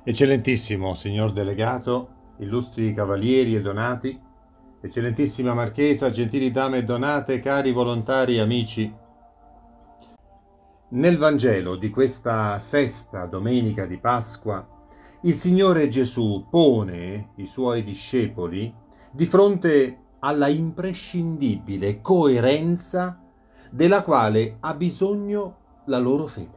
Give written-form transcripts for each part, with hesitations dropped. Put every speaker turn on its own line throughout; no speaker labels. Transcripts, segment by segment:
Eccellentissimo signor delegato, illustri cavalieri e donati, eccellentissima marchesa, gentili dame e donate, cari volontari e amici. Nel Vangelo di questa sesta domenica di Pasqua, il Signore Gesù pone i suoi discepoli di fronte alla imprescindibile coerenza della quale ha bisogno la loro fede.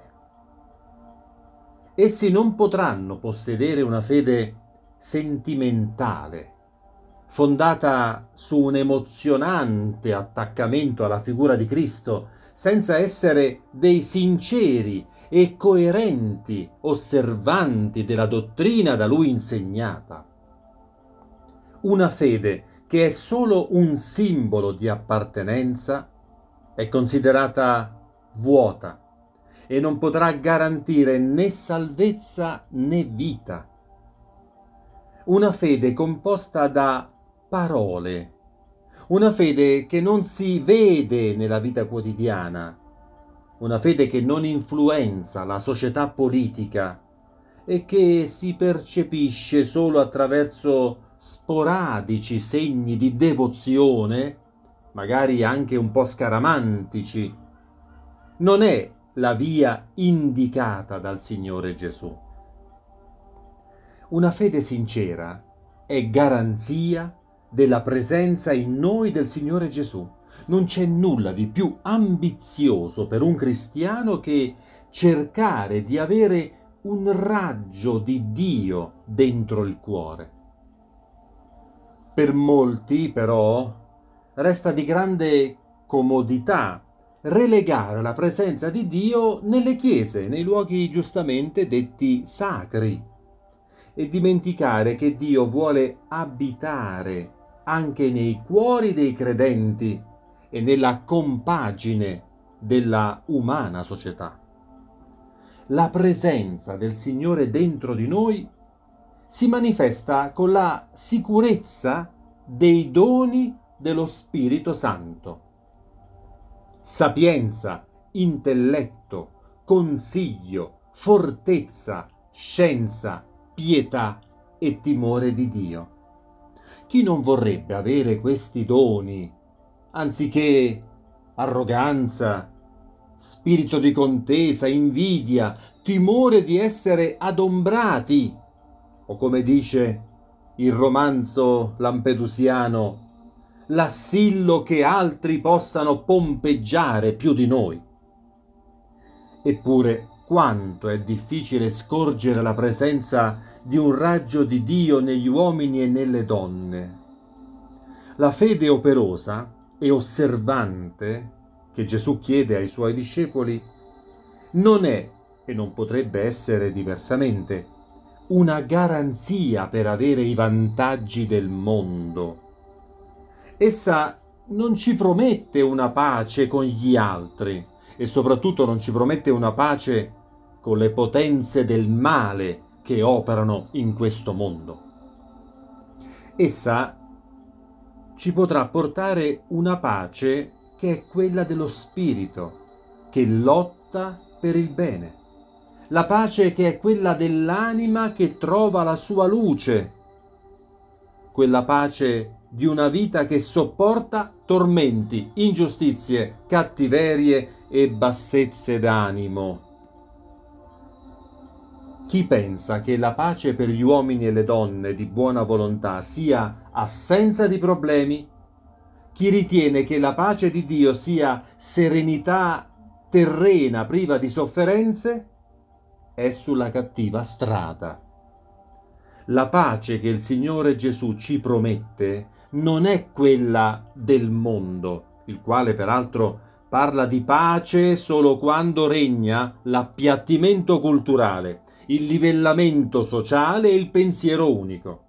Essi non potranno possedere una fede sentimentale, fondata su un emozionante attaccamento alla figura di Cristo, senza essere dei sinceri e coerenti osservanti della dottrina da Lui insegnata. Una fede che è solo un simbolo di appartenenza è considerata vuota e non potrà garantire né salvezza né vita. Una fede composta da parole, una fede che non si vede nella vita quotidiana, una fede che non influenza la società politica e che si percepisce solo attraverso sporadici segni di devozione, magari anche un po' scaramantici, non è la via indicata dal Signore Gesù. Una fede sincera è garanzia della presenza in noi del Signore Gesù. Non c'è nulla di più ambizioso per un cristiano che cercare di avere un raggio di Dio dentro il cuore. Per molti, però, resta di grande comodità relegare la presenza di Dio nelle chiese, nei luoghi giustamente detti sacri, e dimenticare che Dio vuole abitare anche nei cuori dei credenti e nella compagine della umana società. La presenza del Signore dentro di noi si manifesta con la sicurezza dei doni dello Spirito Santo. Sapienza, intelletto, consiglio, fortezza, scienza, pietà e timore di Dio. Chi non vorrebbe avere questi doni, anziché arroganza, spirito di contesa, invidia, timore di essere adombrati, o come dice il romanzo lampedusiano, l'assillo che altri possano pompeggiare più di noi. Eppure, quanto è difficile scorgere la presenza di un raggio di Dio negli uomini e nelle donne. La fede operosa e osservante che Gesù chiede ai suoi discepoli non è, e non potrebbe essere diversamente, una garanzia per avere i vantaggi del mondo. Essa non ci promette una pace con gli altri e soprattutto non ci promette una pace con le potenze del male che operano in questo mondo. Essa ci potrà portare una pace che è quella dello spirito, che lotta per il bene. La pace che è quella dell'anima che trova la sua luce, quella pace di una vita che sopporta tormenti, ingiustizie, cattiverie e bassezze d'animo. Chi pensa che la pace per gli uomini e le donne di buona volontà sia assenza di problemi, chi ritiene che la pace di Dio sia serenità terrena priva di sofferenze, è sulla cattiva strada. La pace che il Signore Gesù ci promette non è quella del mondo, il quale peraltro parla di pace solo quando regna l'appiattimento culturale, il livellamento sociale e il pensiero unico.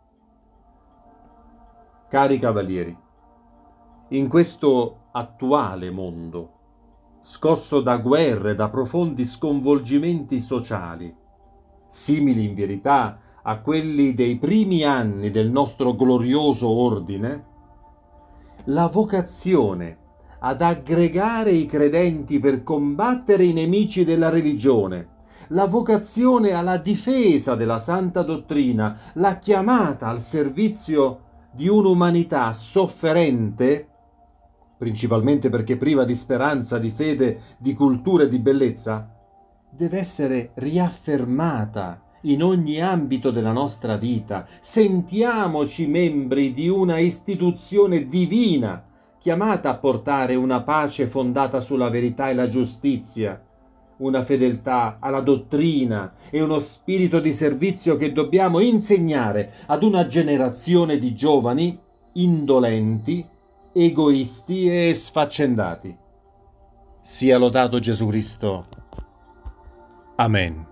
Cari cavalieri, in questo attuale mondo, scosso da guerre, da profondi sconvolgimenti sociali, simili in verità a quelli dei primi anni del nostro glorioso ordine, la vocazione ad aggregare i credenti per combattere i nemici della religione, la vocazione alla difesa della santa dottrina, la chiamata al servizio di un'umanità sofferente, principalmente perché priva di speranza, di fede, di cultura e di bellezza, deve essere riaffermata in ogni ambito della nostra vita. Sentiamoci membri di una istituzione divina, chiamata a portare una pace fondata sulla verità e la giustizia, una fedeltà alla dottrina e uno spirito di servizio che dobbiamo insegnare ad una generazione di giovani indolenti, egoisti e sfaccendati. Sia lodato Gesù Cristo. Amen.